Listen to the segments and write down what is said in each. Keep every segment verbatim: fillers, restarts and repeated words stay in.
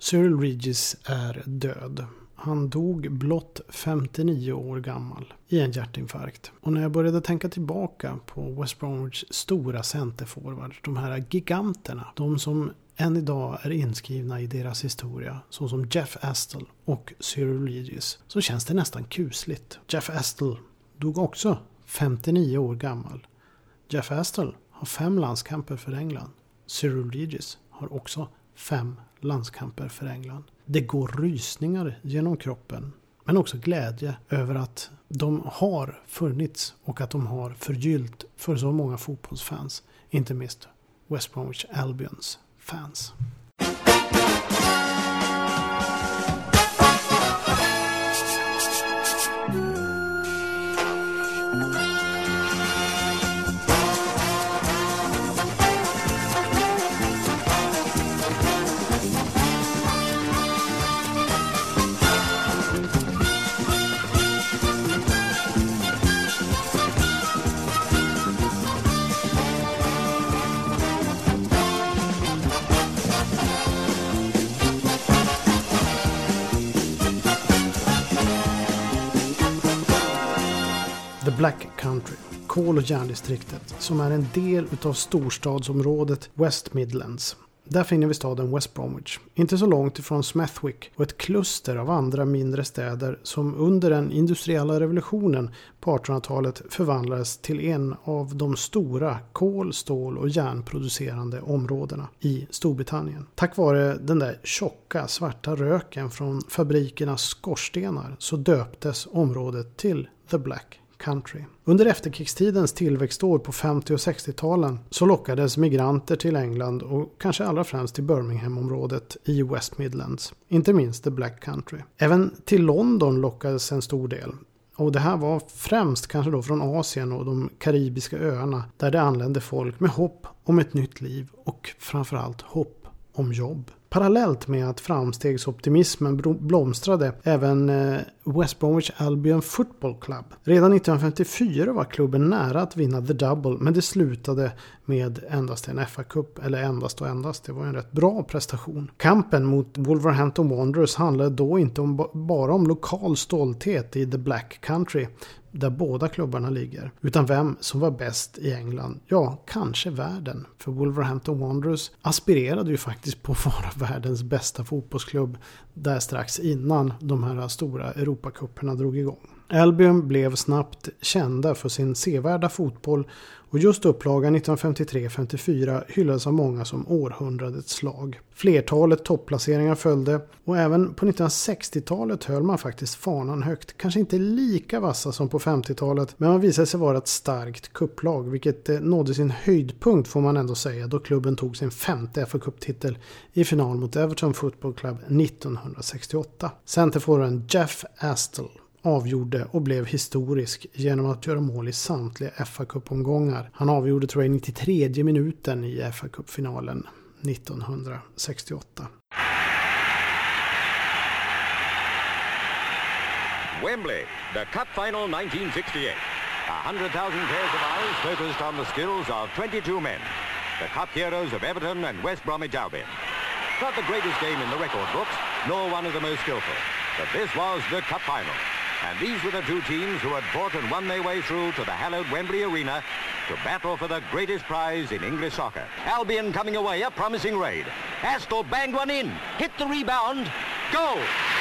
Cyril Regis är död. Han dog blott femtionio år gammal i en hjärtinfarkt. Och när jag började tänka tillbaka på West Bromwich stora centerforwards, de här giganterna, de som än idag är inskrivna i deras historia, så som Jeff Astle och Cyril Regis, så känns det nästan kusligt. Jeff Astle dog också femtionio år gammal. Jeff Astle har fem landskamper för England. Cyril Regis har också fem landskamper för England. Det går rysningar genom kroppen, men också glädje över att de har funnits och att de har förgyllt för så många fotbollsfans, inte minst West Bromwich Albions fans. Black Country, kol- och järndistriktet, som är en del utav storstadsområdet West Midlands. Där finner vi staden West Bromwich, inte så långt ifrån Smethwick, och ett kluster av andra mindre städer som under den industriella revolutionen på artonhundratalet förvandlades till en av de stora kol-, stål- och järnproducerande områdena i Storbritannien. Tack vare den där tjocka svarta röken från fabrikernas skorstenar så döptes området till The Black Country. Under efterkrigstidens tillväxtår på femtio- och sextio-talen så lockades migranter till England och kanske allra främst till Birmingham-området i West Midlands, inte minst The Black Country. Även till London lockades en stor del. Och det här var främst kanske då från Asien och de karibiska öarna, där det anlände folk med hopp om ett nytt liv och framförallt hopp om jobb. Parallellt med att framstegsoptimismen blomstrade även West Bromwich Albion Football Club. Redan nittonhundrafemtiofyra var klubben nära att vinna The Double, men det slutade med endast en F A-cup, eller endast och endast. Det var en rätt bra prestation. Kampen mot Wolverhampton Wanderers handlade då inte om, bara om lokal stolthet i The Black Country, där båda klubbarna ligger, utan vem som var bäst i England. Ja, kanske världen. För Wolverhampton Wanderers aspirerade ju faktiskt på att vara världens bästa fotbollsklubb där strax innan de här stora Europacuperna drog igång. Albion blev snabbt kända för sin sevärda fotboll, och just upplagan nittonhundrafemtiotre femtiofyra hyllades av många som århundradets slag. Flertalet topplaceringar följde, och även på nittonhundrasextiotalet höll man faktiskt fanan högt. Kanske inte lika vassa som på femtiotalet, men man visade sig vara ett starkt kupplag, vilket nådde sin höjdpunkt får man ändå säga, då klubben tog sin femte F A-cuptitel i final mot Everton Football Club nittonhundrasextioåtta. Centerforwarden Jeff Astle avgjorde och blev historisk genom att göra mål i samtliga F A-cupomgångar. Han avgjorde tror jag i nittiotredje minuten i F A-cupfinalen nittonhundrasextioåtta. Wembley, the Cup Final nineteen sixty-eight. A hundred thousand pairs of eyes focused on the skills of twenty-two men. The Cup heroes of Everton and West Bromwich Albion. Not the greatest game in the record books, nor one of the most skillful. But this was the Cup Final. And these were the two teams who had fought and won their way through to the hallowed Wembley Arena to battle for the greatest prize in English soccer. Albion coming away, a promising raid. Astle banged one in, hit the rebound, goal!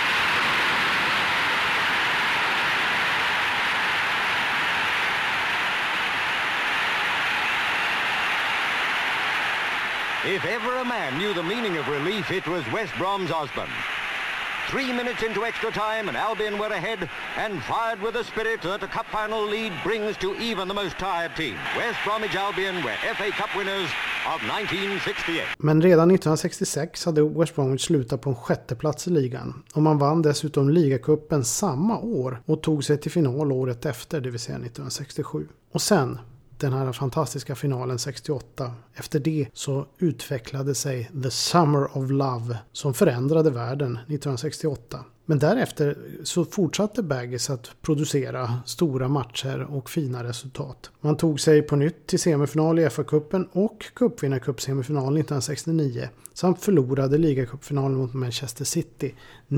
If ever a man knew the meaning of relief, it was West Brom's Osborne. Three minutes into extra time and Albion were ahead and fired with a spirit that a cup final lead brings to even the most tired team. West Bromwich Albion were F A Cup winners of nineteen sixty-eight. Men redan nittonhundrasextiosex hade West Bromwich slutat på en sjätte plats i ligan. Och man vann dessutom ligacupen samma år och tog sig till final året efter, det vill säga nittonhundrasextiosju. Och sen den här fantastiska finalen sextioåtta. Efter det så utvecklade sig The Summer of Love som förändrade världen nittonhundrasextioåtta. Men därefter så fortsatte Baggies att producera stora matcher och fina resultat. Man tog sig på nytt till semifinal i F A-cupen och cupvinnarcup-semifinal nittonhundrasextionio samt förlorade ligacupfinalen mot Manchester City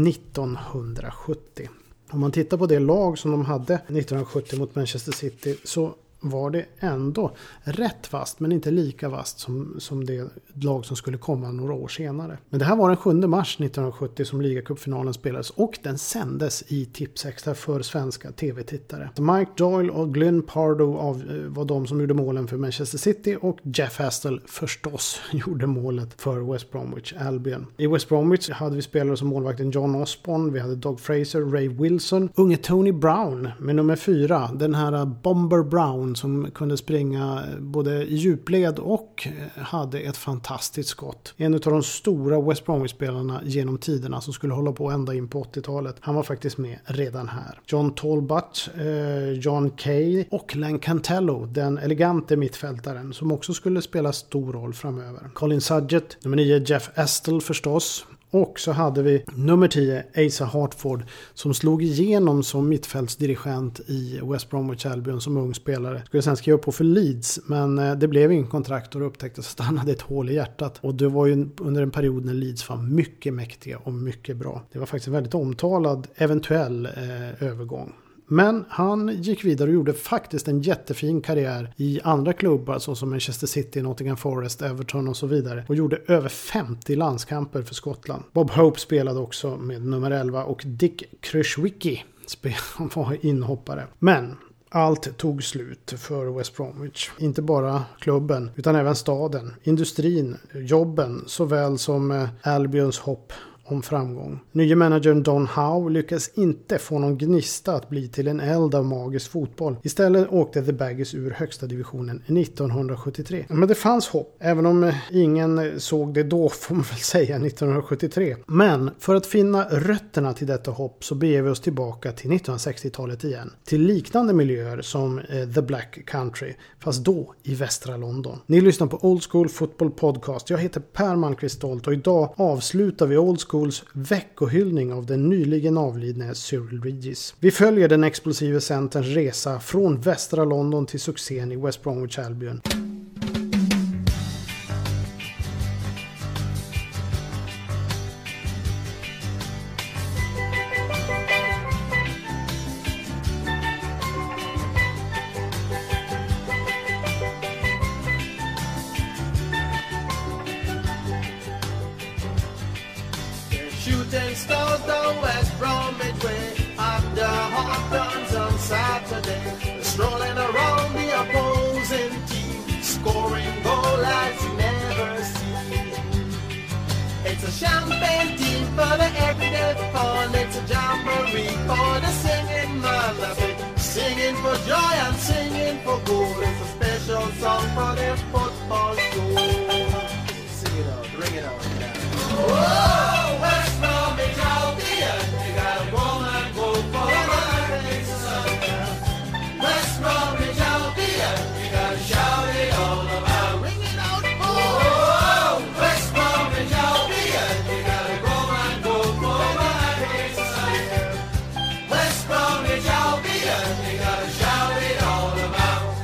nittonhundrasjuttio. Om man tittar på det lag som de hade nittonhundrasjuttio mot Manchester City så var det ändå rätt vast men inte lika vast som, som det lag som skulle komma några år senare. Men det här var den sjunde mars nittonhundrasjuttio som ligacupfinalen spelades och den sändes i Tipsextra för svenska tv-tittare. Mike Doyle och Glyn Pardoe av, var de som gjorde målen för Manchester City och Jeff Astle förstås gjorde målet för West Bromwich Albion. I West Bromwich hade vi spelare som målvakten John Osborne, vi hade Doug Fraser, Ray Wilson, unge Tony Brown med nummer fyra, den här Bomber Brown som kunde springa både i djupled och hade ett fantastiskt skott. En av de stora West Bromwich-spelarna genom tiderna som skulle hålla på ända in på åttiotalet. Han var faktiskt med redan här. John Talbot, eh, John Kay och Len Cantello, den elegante mittfältaren som också skulle spela stor roll framöver. Colin Sudgett, nummer nio Jeff Astle förstås. Och så hade vi nummer tio Asa Hartford som slog igenom som mittfältsdirigent i West Bromwich Albion som ung spelare. Skulle sen skriva på för Leeds men det blev ingen kontrakt och upptäcktes att han hade ett hål i hjärtat. Och det var ju under en period när Leeds var mycket mäktiga och mycket bra. Det var faktiskt en väldigt omtalad eventuell eh, övergång. Men han gick vidare och gjorde faktiskt en jättefin karriär i andra klubbar såsom Manchester City, Nottingham Forest, Everton och så vidare. Och gjorde över femtio landskamper för Skottland. Bob Hope spelade också med nummer elva och Dick Krushwicki var inhoppare. Men allt tog slut för West Bromwich. Inte bara klubben utan även staden, industrin, jobben såväl som Albions hopp om framgång. Nye managern Don Howe lyckas inte få någon gnista att bli till en eld av magisk fotboll. Istället åkte The Baggies ur högsta divisionen nittonhundrasjuttiotre. Men det fanns hopp, även om ingen såg det då får man väl säga nittonhundrasjuttiotre. Men för att finna rötterna till detta hopp så beger vi oss tillbaka till nittonhundrasextiotalet igen. Till liknande miljöer som eh, The Black Country, fast då i västra London. Ni lyssnar på Old School Football Podcast. Jag heter Per Malmqvist Stolt och idag avslutar vi Old School veckohyllning av den nyligen avlidne Cyril Regis. Vi följer den explosiva centerns resa från västra London till succén i West Bromwich Albion. Shooting stars down West Bromwich way after hot runs on Saturday. Strolling around the opposing team, scoring goal as you never see. It's a champagne team for the everyday fun. It's a jamboree for the singing man. Singing for joy and singing for gold. It's a special song for their football show. Sing it out, ring it out now. Whoa, West Bromwich Albion, you gotta go and go for it. West Bromwich Albion, you gotta shout it all about. Ring it out, whoa, West Bromwich Albion, you gotta go and go for it. West Bromwich Albion, you gotta shout it all about.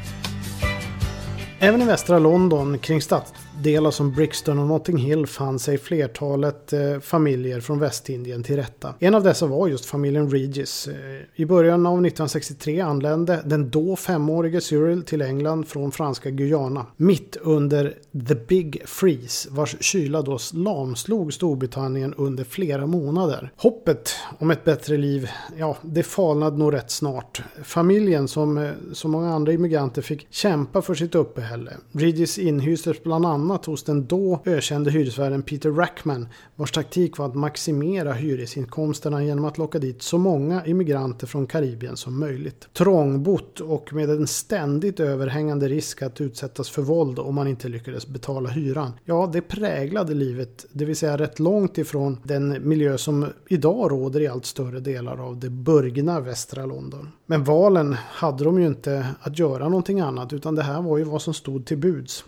Även i västra London kring stadsdelar som Brixton och Notting Hill fann sig flertalet eh, familjer från Västindien till rätta. En av dessa var just familjen Regis. I början av nittonhundrasextiotre anlände den då femårige Cyril till England från franska Guyana. Mitt under The Big Freeze vars kyla då lamslog Storbritannien under flera månader. Hoppet om ett bättre liv, ja det falnade nog rätt snart. Familjen som så många andra immigranter fick kämpa för sitt uppehälle. Regis inhystes bland annat hos den då ökände hyresvärden Peter Rackman vars taktik var att maximera hyresinkomsterna genom att locka dit så många immigranter från Karibien som möjligt. Trångbott och med en ständigt överhängande risk att utsättas för våld om man inte lyckades betala hyran. Ja, det präglade livet, det vill säga rätt långt ifrån den miljö som idag råder i allt större delar av det burgna västra London. Men valen hade de ju inte att göra någonting annat utan det här var ju vad som stod till buds.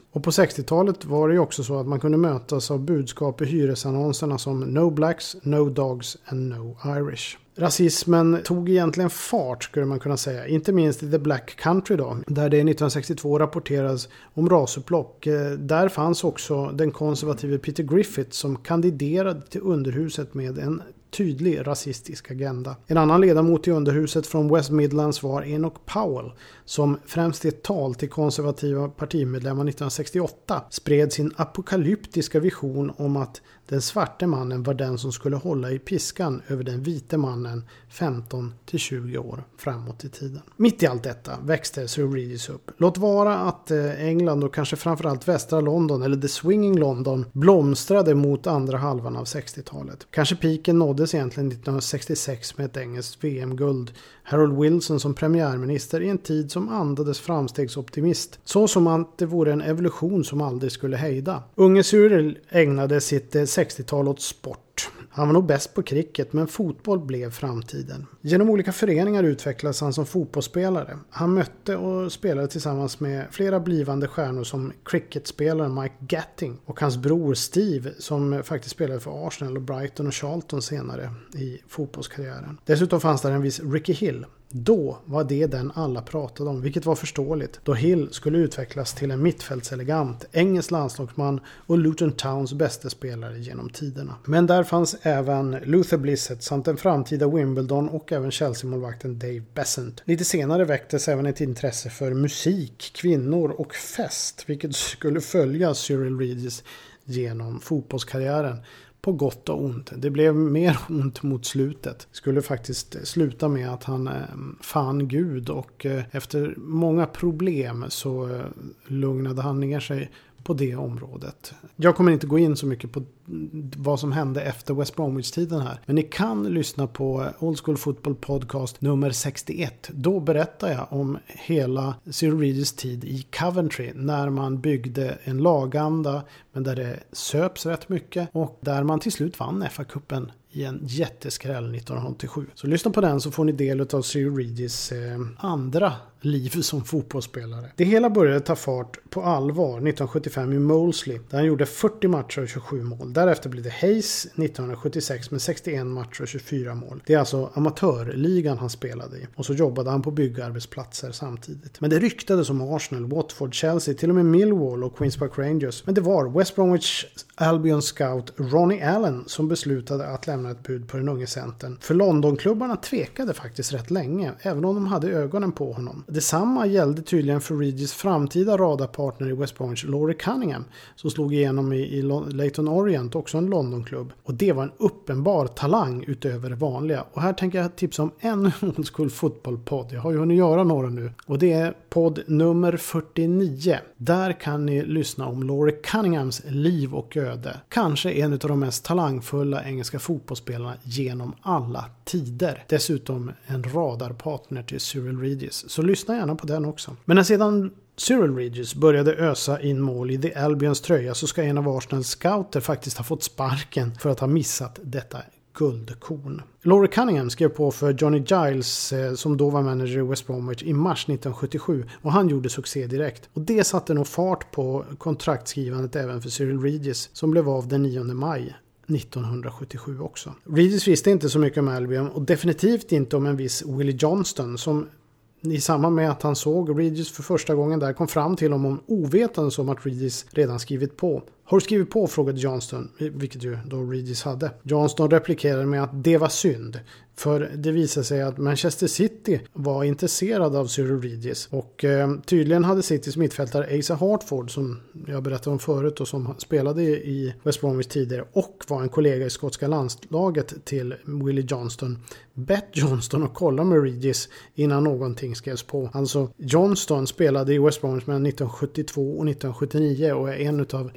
Och på sextiotalet var det ju också så att man kunde mötas av budskap i hyresannonserna som No Blacks, No Dogs and No Irish. Rasismen tog egentligen fart skulle man kunna säga, inte minst i The Black Country då, där det nittonhundrasextiotvå rapporteras om rasupplock. Där fanns också den konservative Peter Griffith som kandiderade till underhuset med en tydlig rasistisk agenda. En annan ledamot i underhuset från West Midlands var Enoch Powell som främst i ett tal till konservativa partimedlemmar nittonhundrasextioåtta spred sin apokalyptiska vision om att den svarte mannen var den som skulle hålla i piskan över den vite mannen femton till tjugo år framåt i tiden. Mitt i allt detta växte Cyril Regis upp. Låt vara att England och kanske framförallt västra London eller The Swinging London blomstrade mot andra halvan av sextiotalet. Kanske piken nåddes egentligen nittonhundrasextiosex med ett engelskt V M-guld. Harold Wilson som premiärminister i en tid som andades framstegsoptimist. Så som att det vore en evolution som aldrig skulle hejda. Unge Cyril ägnade sitt sextiotal åt sport. Han var nog bäst på cricket, men fotboll blev framtiden. Genom olika föreningar utvecklades han som fotbollsspelare. Han mötte och spelade tillsammans med flera blivande stjärnor som cricketspelaren Mike Gatting och hans bror Steve som faktiskt spelade för Arsenal och Brighton och Charlton senare i fotbollskarriären. Dessutom fanns där en viss Ricky Hill. Då var det den alla pratade om, vilket var förståeligt, då Hill skulle utvecklas till en mittfältselegant, engelsk landslagsman och Luton Towns bästa spelare genom tiderna. Men där fanns även Luther Blissett samt en framtida Wimbledon och även Chelsea-målvakten Dave Besant. Lite senare väcktes även ett intresse för musik, kvinnor och fest, vilket skulle följa Cyril Regis genom fotbollskarriären. På gott och ont. Det blev mer ont mot slutet. Skulle faktiskt sluta med att han eh, fann Gud och eh, efter många problem så eh, lugnade han ner sig på det området. Jag kommer inte gå in så mycket på vad som hände efter West Bromwich-tiden här. Men ni kan lyssna på Old School Football Podcast nummer sextioett. Då berättar jag om hela Cyril Regis tid i Coventry när man byggde en laganda men där det söps rätt mycket och där man till slut vann F A-cupen i en jätteskräll nittonhundraåttiosju. Så lyssna på den så får ni del av Cyril Regis eh, andra liv som fotbollsspelare. Det hela började ta fart på allvar nittonhundrasjuttiofem i Molesley där han gjorde fyrtio matcher och tjugosju mål. Därefter blev det Hayes nittonhundrasjuttiosex med sextioen matcher och tjugofyra mål. Det är alltså amatörligan han spelade i. Och så jobbade han på byggarbetsplatser samtidigt. Men det ryktades om Arsenal, Watford, Chelsea, till och med Millwall och Queens Park Rangers. Men det var West Bromwich Albion scout Ronnie Allen som beslutade att lämna ett bud på den unge centern. För Londonklubbarna tvekade faktiskt rätt länge, även om de hade ögonen på honom. Detsamma gällde tydligen för Regis framtida radarpartner i West Bromwich, Laurie Cunningham, som slog igenom i, i Leyton Orient, också en Londonklubb. Och det var en uppenbar talang utöver det vanliga. Och här tänker jag tipsa om en Old School Football-podd. Jag har ju hunnit göra några nu. Och det är podd nummer fyrtionio. Där kan ni lyssna om Laurie Cunninghams liv och öde. Kanske en av de mest talangfulla engelska fotbollsspelarna genom alla tider. Dessutom en radarpartner till Cyril Regis. Så lyssna gärna på den också. Men när sedan Cyril Regis började ösa in mål i The Albions tröja så ska en av Arsenals scouter faktiskt ha fått sparken för att ha missat detta guldkorn. Laurie Cunningham skrev på för Johnny Giles eh, som då var manager i West Bromwich i mars nittonhundrasjuttiosju och han gjorde succé direkt. Och det satte nog fart på kontraktskrivandet även för Cyril Regis som blev av den nionde maj nittonhundrasjuttiosju också. Regis visste inte så mycket om Albion och definitivt inte om en viss Willie Johnston som i samband med att han såg Regis för första gången där kom fram till honom ovetande som att Regis redan skrivit på. Har du skrivit på? Frågade Johnston, vilket ju då Regis hade. Johnston replikerade med att det var synd. För det visade sig att Manchester City var intresserad av Cyril Regis. Och eh, tydligen hade Citys mittfältare Asa Hartford, som jag berättade om förut och som spelade i West Bromwich tidigare och var en kollega i skotska landslaget till Willie Johnston, bett Johnston att kolla med Regis innan någonting skrevs på. Alltså Johnston spelade i West Bromwich mellan nittonhundrasjuttiotvå och nittonhundrasjuttionio och är en av ikonerna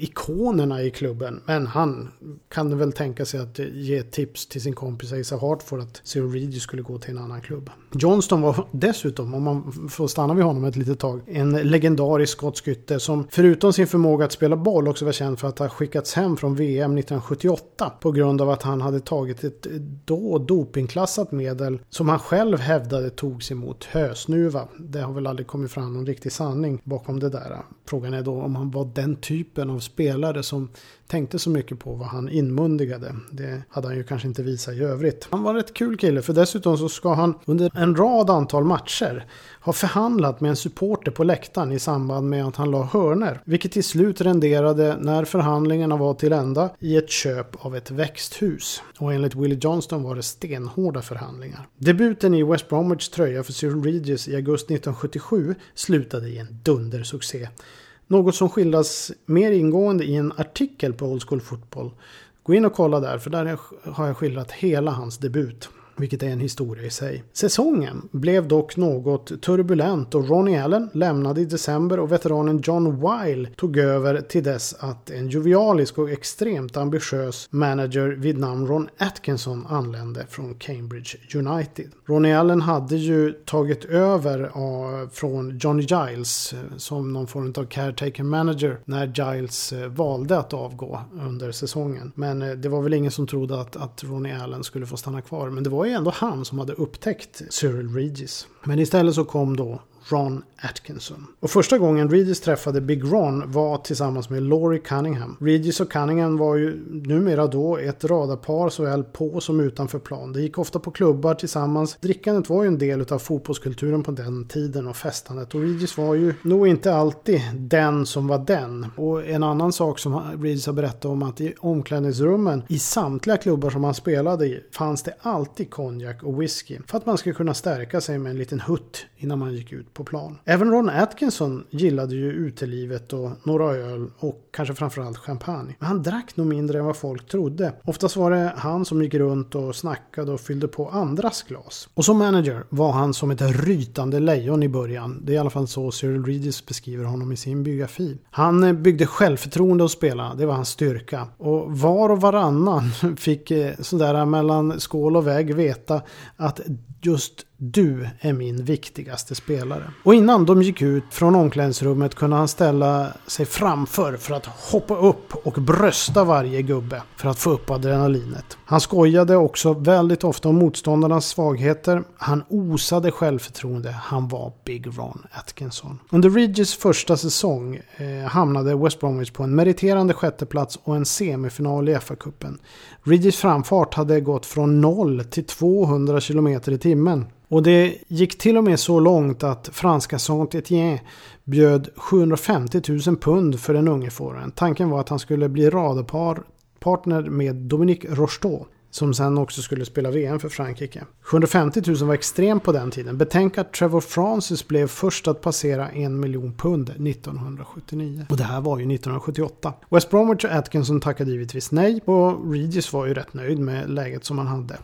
ikonerna i klubben. Men han kan väl tänka sig att ge tips till sin kompis Asa Hartford att Cyril Regis skulle gå till en annan klubb. Johnston var dessutom, om man får stanna vid honom ett litet tag, en legendarisk skottskytte som förutom sin förmåga att spela boll också var känd för att ha skickats hem från V M nittonhundrasjuttioåtta på grund av att han hade tagit ett då dopingklassat medel som han själv hävdade togs emot hösnuva. Det har väl aldrig kommit fram någon riktig sanning bakom det där. Frågan är då om han var den typen av spelare som tänkte så mycket på vad han inmundigade. Det hade han ju kanske inte visat i övrigt. Han var en rätt kul kille, för dessutom så ska han under en rad antal matcher ha förhandlat med en supporter på läktaren i samband med att han la hörner, vilket till slut renderade när förhandlingarna var till ända i ett köp av ett växthus. Och enligt Willie Johnston var det stenhårda förhandlingar. Debuten i West Bromwich tröja för Cyril Regis i augusti nittonhundrasjuttiosju slutade i en dundersuccé. Något som skildras mer ingående i en artikel på Old School Football. Gå in och kolla där, för där har jag skildrat hela hans debut, vilket är en historia i sig. Säsongen blev dock något turbulent och Ronnie Allen lämnade i december och veteranen John Weil tog över till dess att en jovialisk och extremt ambitiös manager vid namn Ron Atkinson anlände från Cambridge United. Ronnie Allen hade ju tagit över av, från Johnny Giles som någon form av caretaker manager när Giles valde att avgå under säsongen. Men det var väl ingen som trodde att, att Ronnie Allen skulle få stanna kvar, men det var ju ändå han som hade upptäckt Cyril Regis. Men istället så kom då Ron Atkinson. Och första gången Regis träffade Big Ron var tillsammans med Laurie Cunningham. Regis och Cunningham var ju numera då ett radarpar såväl på som utanför plan. Det gick ofta på klubbar tillsammans. Drickandet var ju en del av fotbollskulturen på den tiden och festandet. Och Regis var ju nog inte alltid den som var den. Och en annan sak som Regis har berättat om att i omklädningsrummen i samtliga klubbar som han spelade i fanns det alltid konjak och whisky för att man skulle kunna stärka sig med en liten hutt innan man gick ut på plan. Även Ron Atkinson gillade ju utelivet och några öl och kanske framförallt champagne. Men han drack nog mindre än vad folk trodde. Oftast var det han som gick runt och snackade och fyllde på andras glas. Och som manager var han som ett rytande lejon i början. Det är i alla fall så Cyril Regis beskriver honom i sin biografi. Han byggde självförtroende hos spelarna. Det var hans styrka. Och var och varannan fick sådär mellan skål och vägg veta att just du är min viktigaste spelare. Och innan de gick ut från omklädningsrummet kunde han ställa sig framför för att hoppa upp och brösta varje gubbe för att få upp adrenalinet. Han skojade också väldigt ofta om motståndarnas svagheter. Han osade självförtroende. Han var Big Ron Atkinson. Under Regis första säsong eh, hamnade West Bromwich på en meriterande sjätteplats och en semifinal i F A-cupen. Regis framfart hade gått från noll till tvåhundra kilometer i timmen. Och det gick till och med så långt att franska Saint-Étienne bjöd sjuhundrafemtio tusen pund för den unge forwarden. Tanken var att han skulle bli radarpartner med Dominique Rocheteau, som sen också skulle spela V M för Frankrike. sjuhundrafemtio tusen var extremt på den tiden. Betänk att Trevor Francis blev först att passera en miljon pund nittonhundrasjuttionio. Och det här var ju nittonhundrasjuttioåtta. West Bromwich och Atkinson tackade givetvis nej och Regis var ju rätt nöjd med läget som han hade.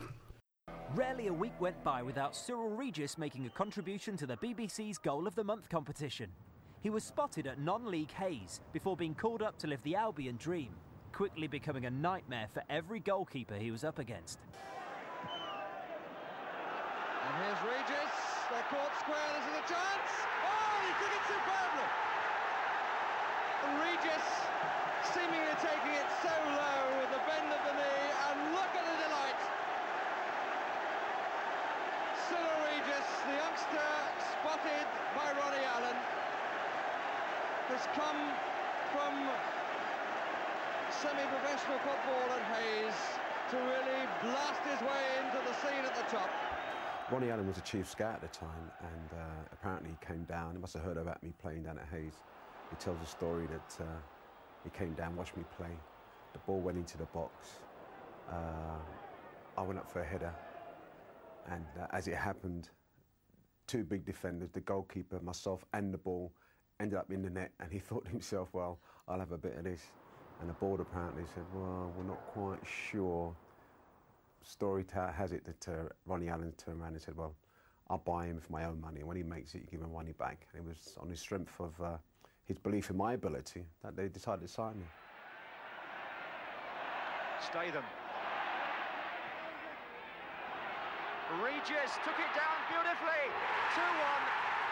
Rarely a week went by without Cyril Regis making a contribution to the B B C's Goal of the Month competition. He was spotted at non-league Hayes before being called up to live the Albion dream, quickly becoming a nightmare for every goalkeeper he was up against. And here's Regis, they're caught square, this is a chance! Oh, he took it superbly! And Regis seemingly taking it so low with the bend of the knee, and look at the delight! Cyril Regis, the youngster spotted by Ronnie Allen, has come from semi-professional football at Hayes to really blast his way into the scene at the top. Ronnie Allen was a chief scout at the time, and uh, apparently he came down. He must have heard about me playing down at Hayes. He tells a story that uh, he came down, watched me play. The ball went into the box. Uh, I went up for a header, and uh, as it happened, two big defenders, the goalkeeper, myself, and the ball, ended up in the net. And he thought to himself, "Well, I'll have a bit of this." And the board apparently said, "Well, we're not quite sure." Story has it that uh, Ronnie Allen turned around and said, "Well, I'll buy him for my own money. And when he makes it, you give him money back." And it was on the strength of uh, his belief in my ability that they decided to sign me. stay them. Regis took it down beautifully. two one.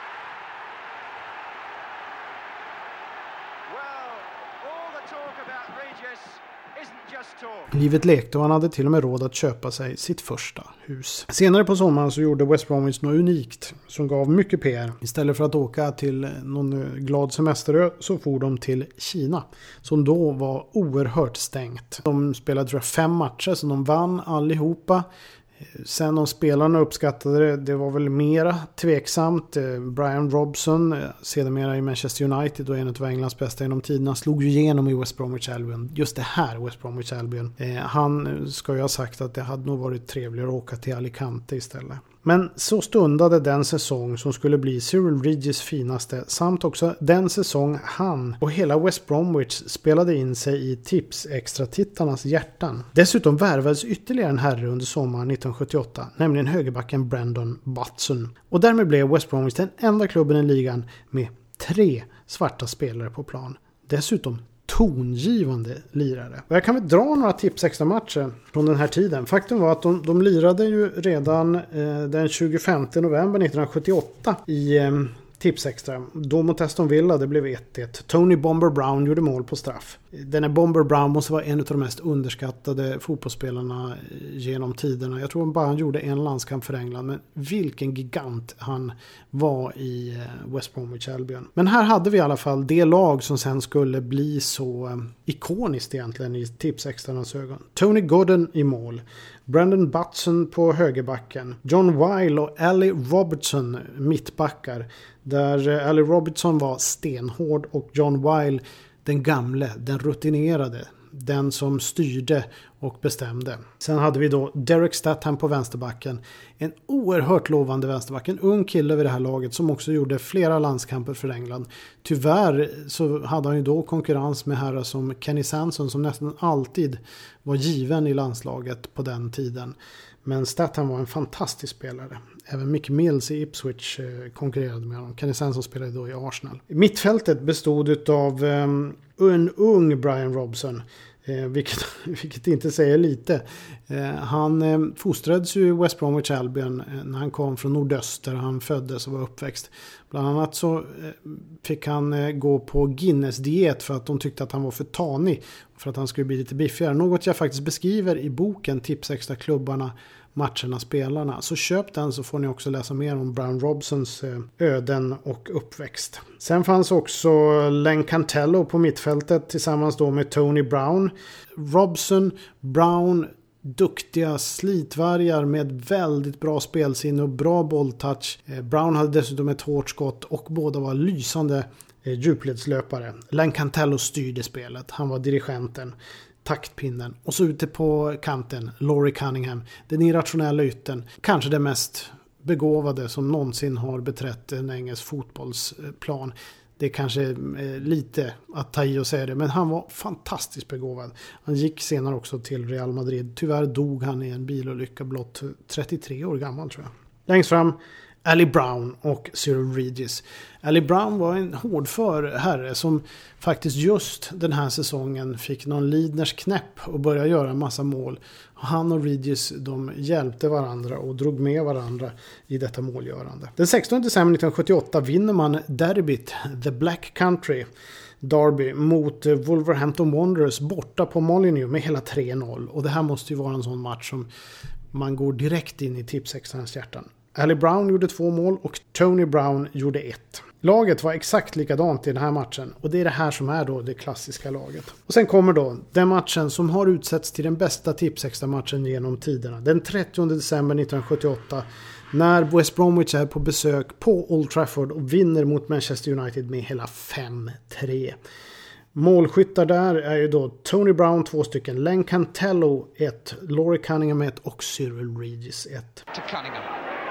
Well, all the talk about Regis isn't just talk. Livet lekte och han hade till och med råd att köpa sig sitt första hus. Senare på sommaren så gjorde West Bromwich något unikt som gav mycket P R. Istället för att åka till någon glad semesterö så for de till Kina, som då var oerhört stängt. De spelade tror jag fem matcher så de vann allihopa. Sen om spelarna uppskattade det, det var väl mera tveksamt. Brian Robson, sedermera i Manchester United och en av Englands bästa genom tiderna, slog ju igenom i West Bromwich Albion. Just det här West Bromwich Albion. Eh, han ska ju ha sagt att det hade nog varit trevligare att åka till Alicante istället. Men så stundade den säsong som skulle bli Cyril Regis finaste, samt också den säsong han och hela West Bromwich spelade in sig i Tips-extra-tittarnas hjärtan. Dessutom värvades ytterligare en herre under sommaren nittonhundrasjuttioåtta, nämligen högerbacken Brandon Butson. Och därmed blev West Bromwich den enda klubben i ligan med tre svarta spelare på plan. Dessutom tongivande lirare. Och jag kan väl dra några tips extra matcher från den här tiden. Faktum var att de, de lirade ju redan eh, den tjugofemte november nittonhundrasjuttioåtta i eh, tips extra. Då mot Aston Villa, det blev ett ett. Tony Bomber Brown gjorde mål på straff. Den här Bomber Brown måste vara en av de mest underskattade fotbollsspelarna genom tiderna. Jag tror bara han gjorde en landskamp för England, men vilken gigant han var i West Bromwich Albion. Men här hade vi i alla fall det lag som sen skulle bli så ikoniskt egentligen i tipsextrarnas ögon. Tony Godden i mål. Brandon Butson på högerbacken. John Wile och Ali Robertson mittbackar. Där Ali Robertson var stenhård och John Wile den gamle, den rutinerade, den som styrde och bestämde. Sen hade vi då Derek Statham på vänsterbacken. En oerhört lovande vänsterback. En ung kille vid det här laget som också gjorde flera landskamper för England. Tyvärr så hade han ju då konkurrens med herrar som Kenny Sanson som nästan alltid var given i landslaget på den tiden. Men Statham var en fantastisk spelare. Även Mick Mills i Ipswich konkurrerade med honom. Kenny Sanson spelade då i Arsenal. Mittfältet bestod av um, en ung Brian Robson. Eh, vilket, vilket inte säger lite. Eh, han eh, fostrades ju i West Bromwich Albion eh, när han kom från nordöster. Han föddes och var uppväxt. Bland annat så eh, fick han eh, gå på Guinness-diet för att de tyckte att han var för tanig. För att han skulle bli lite biffigare. Något jag faktiskt beskriver i boken Tipsextra klubbarna, matcherna, spelarna. Så köp den så får ni också läsa mer om Brian Robsons öden och uppväxt. Sen fanns också Len Cantello på mittfältet tillsammans då med Tony Brown. Robson, Brown, duktiga slitvargar med väldigt bra spelsinne och bra bolltouch. Brown hade dessutom ett hårt skott och båda var lysande djupledslöpare. Len Cantello styrde spelet. Han var dirigenten, taktpinnen. Och så ute på kanten, Laurie Cunningham, den irrationella ytten. Kanske det mest begåvade som någonsin har beträtt en engelsk fotbollsplan. Det är kanske lite att ta i och säga det, men han var fantastiskt begåvad. Han gick senare också till Real Madrid. Tyvärr dog han i en bilolycka blott trettiotre år gammal tror jag. Längst fram Ali Brown och Cyril Regis. Ali Brown var en hårdför herre som faktiskt just den här säsongen fick någon Lidners knäpp och började göra en massa mål. Han och Regis, de hjälpte varandra och drog med varandra i detta målgörande. Den sextonde december nittonhundrasjuttioåtta vinner man derbyt The Black Country Derby mot Wolverhampton Wanderers borta på Molineux med hela tre noll. Och det här måste ju vara en sån match som man går direkt in i tipsextrans hjärtan. Ali Brown gjorde två mål och Tony Brown gjorde ett. Laget var exakt likadant i den här matchen och det är det här som är då det klassiska laget. Och sen kommer då den matchen som har utsetts till den bästa tipsextra-matchen genom tiderna. Den trettionde december nittonhundrasjuttioåtta när West Bromwich är på besök på Old Trafford och vinner mot Manchester United med hela fem tre. Målskyttar där är ju då Tony Brown två stycken, Len Cantello ett, Laurie Cunningham ett och Cyril Regis ett. To Cunningham.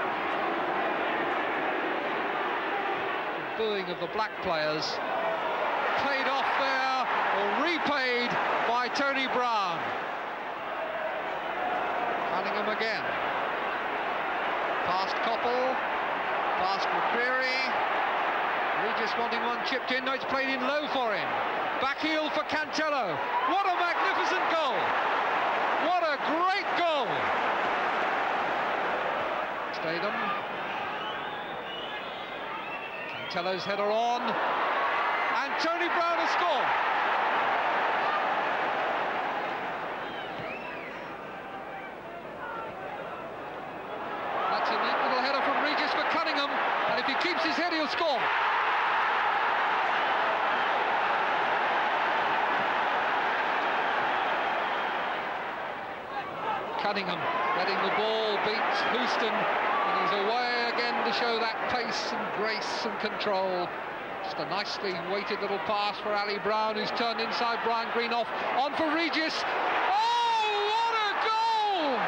Booing of the black players, paid off there or repaid by Tony Brown. Cunningham again, past Koppel, past McCreary, Regis wanting one chipped in, no it's played in low for him, back heel for Cantello, what a magnificent goal! What a great goal! Statham. Cantello's header on. And Tony Brown has scored. That's a neat little header from Regis for Cunningham. And if he keeps his head, he'll score. Cunningham letting the ball beat Houston, and he's away again to show that pace and grace and control. Just a nicely weighted little pass for Ali Brown, who's turned inside Brian Greenough. On for Regis. Oh, what a goal!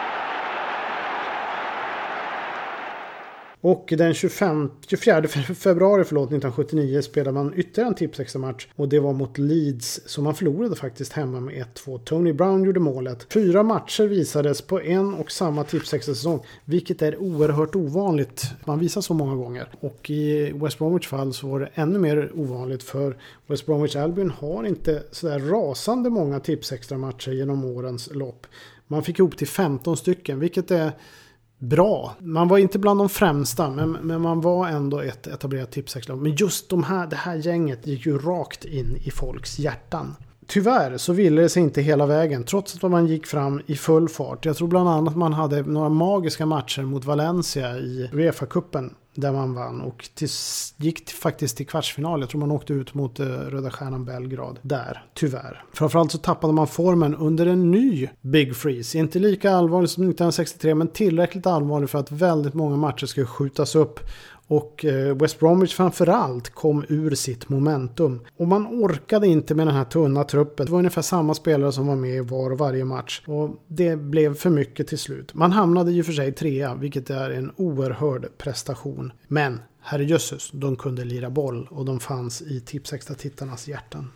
Och den tjugofjärde februari förlåt, nittonhundrasjuttionio spelade man ytterligare en tipsextra-match. Och det var mot Leeds som man förlorade faktiskt hemma med ett två. Tony Brown gjorde målet. Fyra matcher visades på en och samma tipsextra-säsong. Vilket är oerhört ovanligt. Man visar så många gånger. Och i West Bromwich fall så var det ännu mer ovanligt. För West Bromwich Albion har inte sådär rasande många tipsextra-matcher genom årens lopp. Man fick ihop till femton stycken. Vilket är bra. Man var inte bland de främsta, men, men man var ändå ett etablerat tipsextra. Men just de här, det här gänget gick ju rakt in i folks hjärtan. Tyvärr så ville det sig inte hela vägen, trots att man gick fram i full fart. Jag tror bland annat att man hade några magiska matcher mot Valencia i UEFA-cupen där man vann och till, gick till, faktiskt till kvartsfinal. Jag tror man åkte ut mot uh, Röda Stjärnan Belgrad där, tyvärr. Framförallt så tappade man formen under en ny Big Freeze. Inte lika allvarlig som nittonhundrasextiotre, men tillräckligt allvarlig för att väldigt många matcher skulle skjutas upp. Och West Bromwich framförallt kom ur sitt momentum. Och man orkade inte med den här tunna truppen. Det var ungefär samma spelare som var med i var och varje match. Och det blev för mycket till slut. Man hamnade ju för sig trea, vilket är en oerhörd prestation. Men herrejösses, de kunde lira boll och de fanns i tipsextra-tittarnas hjärtan.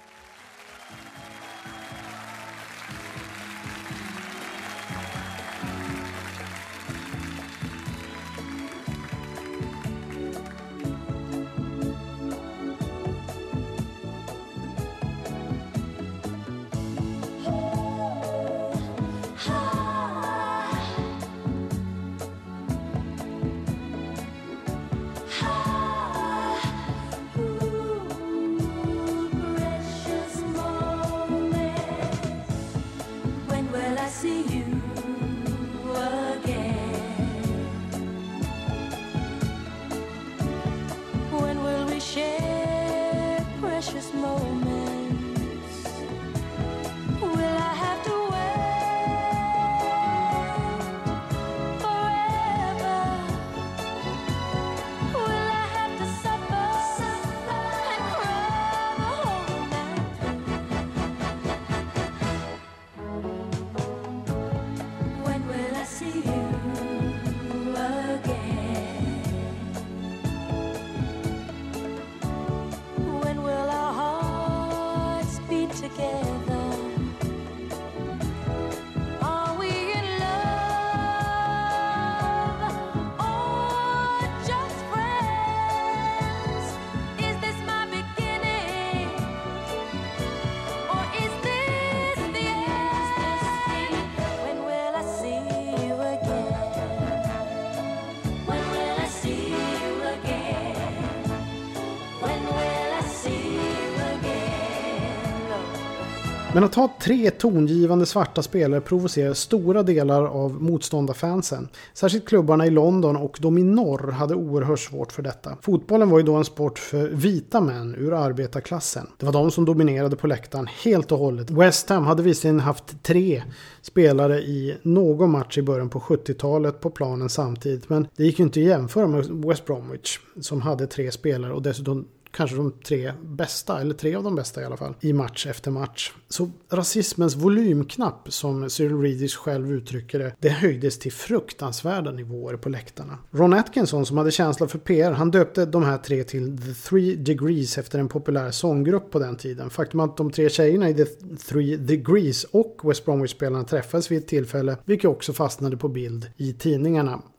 Men att ha tre tongivande svarta spelare provocerar stora delar av motståndarfansen. Särskilt klubbarna i London och de i norr hade oerhört svårt för detta. Fotbollen var ju då en sport för vita män ur arbetarklassen. Det var de som dominerade på läktaren helt och hållet. West Ham hade visserligen haft tre spelare i någon match i början på sjuttiotalet på planen samtidigt. Men det gick ju inte att jämföra med West Bromwich som hade tre spelare och dessutom kanske de tre bästa, eller tre av de bästa i alla fall, i match efter match. Så rasismens volymknapp, som Cyril Regis själv uttrycker det, det höjdes till fruktansvärda nivåer på läktarna. Ron Atkinson, som hade känsla för P R, han döpte de här tre till The Three Degrees efter en populär sånggrupp på den tiden. Faktum att de tre tjejerna i The Three Degrees och West Bromwich-spelarna träffades vid ett tillfälle, vilket också fastnade på bild i tidningarna.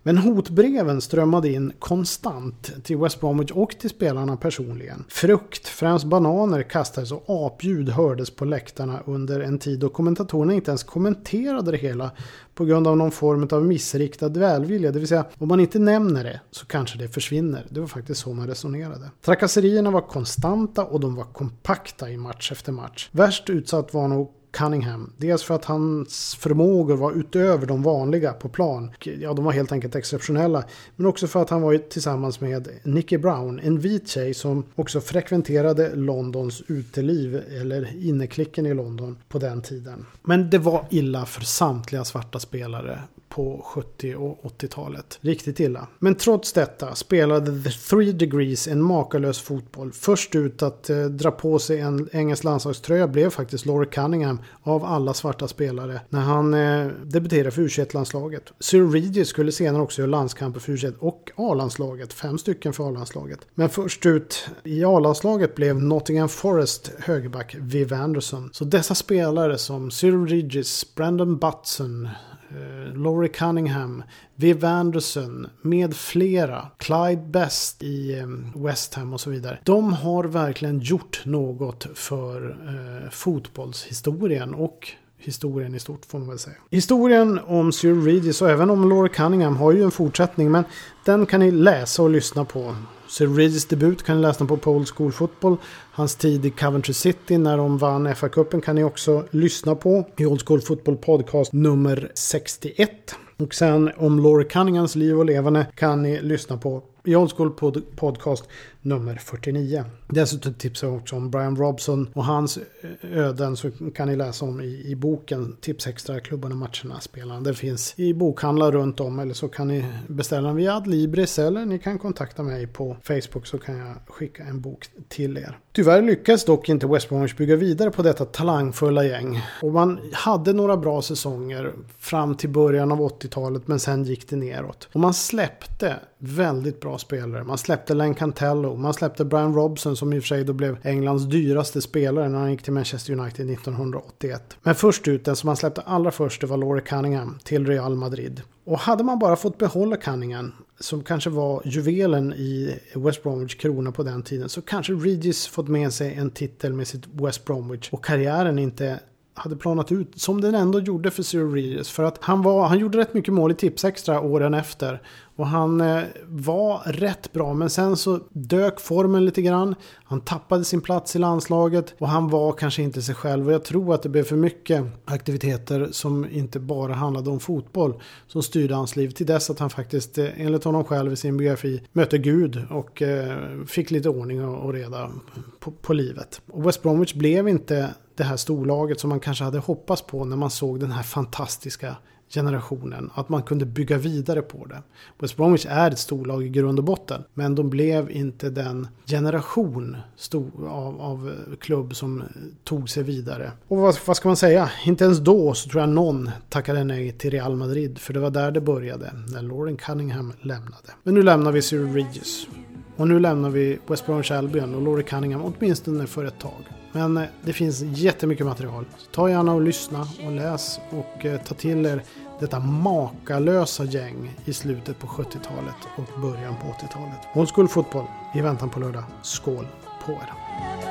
Men hotbreven strömmade in konstant till West Bromwich och till spelarna personligen. Frukt, främst bananer, kastades och apljud hördes på läktarna under en tid då kommentatorerna inte ens kommenterade det hela på grund av någon form av missriktad välvilja. Det vill säga, om man inte nämner det så kanske det försvinner. Det var faktiskt så man resonerade. Trakasserierna var konstanta och de var kompakta i match efter match. Värst utsatt var nog Cunningham. Dels för att hans förmågor var utöver de vanliga på plan. Ja, de var helt enkelt exceptionella. Men också för att han var tillsammans med Nicky Brown, en vit tjej som också frekventerade Londons uteliv eller inneklicken i London på den tiden. Men det var illa för samtliga svarta spelare på sjuttio- och åttiotalet. Riktigt illa. Men trots detta spelade The Three Degrees en makalös fotboll. Först ut att eh, dra på sig en engelsk landslagströja blev faktiskt Laurie Cunningham av alla svarta spelare när han eh, debuterade för U tjugoett-landslaget. Cyril Regis skulle senare också göra landskamper för U tjugoett och A-landslaget. Fem stycken för A-landslaget. Men först ut i A-landslaget blev Nottingham Forest högerback Viv Anderson. Så dessa spelare som Cyril Regis, Brandon Butson, Uh, Laurie Cunningham, Viv Anderson med flera, Clyde Best i um, West Ham och så vidare. De har verkligen gjort något för uh, fotbollshistorien och historien i stort får man väl säga. Historien om Cyril Regis och även om Laurie Cunningham har ju en fortsättning, men den kan ni läsa och lyssna på. Cyril Regis debut kan ni läsa på på Old School Football. Hans tid i Coventry City när de vann F A-cupen kan ni också lyssna på i Old School Football podcast nummer sextioett. Och sen om Laurie Cunninghams liv och levande kan ni lyssna på i Old School pod- podcast nummer fyrtionio. Dessutom tipsar jag också om Brian Robson och hans öden, så kan ni läsa om i, i boken Tips Extra, klubbarna, matcherna, spelarna. Det finns i bokhandlar runt om, eller så kan ni beställa den via Adlibris eller ni kan kontakta mig på Facebook så kan jag skicka en bok till er. Tyvärr lyckades dock inte West Bromwich bygga vidare på detta talangfulla gäng. Och man hade några bra säsonger fram till början av åttiotalet, men sen gick det neråt. Och man släppte väldigt bra spelare. Man släppte Len Cantello, man släppte Brian Robson som i och för sig då blev Englands dyraste spelare när han gick till Manchester United nittonhundraåttioett. Men först ut, den som man släppte allra först, det var Laurie Cunningham till Real Madrid. Och hade man bara fått behålla Cunningham, som kanske var juvelen i West Bromwich krona på den tiden, så kanske Regis fått med sig en titel med sitt West Bromwich och karriären inte hade planat ut som den ändå gjorde för Cyril Regis. För att han, var, han gjorde rätt mycket mål i Tips Extra åren efter. Och han eh, var rätt bra, men sen så dök formen lite grann. Han tappade sin plats i landslaget och han var kanske inte sig själv. Och jag tror att det blev för mycket aktiviteter som inte bara handlade om fotboll som styrde hans liv. Till dess att han faktiskt, eh, enligt honom själv i sin biografi, mötte Gud och eh, fick lite ordning och, och reda på, på livet. Och West Bromwich blev inte det här storlaget som man kanske hade hoppats på när man såg den här fantastiska generationen, att man kunde bygga vidare på det. West Bromwich är ett storlag i grund och botten, men de blev inte den generation stor, av, av klubb som tog sig vidare. Och vad, vad ska man säga? Inte ens då så tror jag någon tackade nej till Real Madrid, för det var där det började, när Laurie Cunningham lämnade. Men nu lämnar vi Cyril Regis. Och nu lämnar vi West Bromwich Albion och Laurie Cunningham åtminstone för ett tag. Men det finns jättemycket material. Så ta gärna och lyssna och läs och eh, ta till er detta makalösa gäng i slutet på sjuttiotalet och början på åttiotalet. Old School Football i väntan på lördag. Skål på er!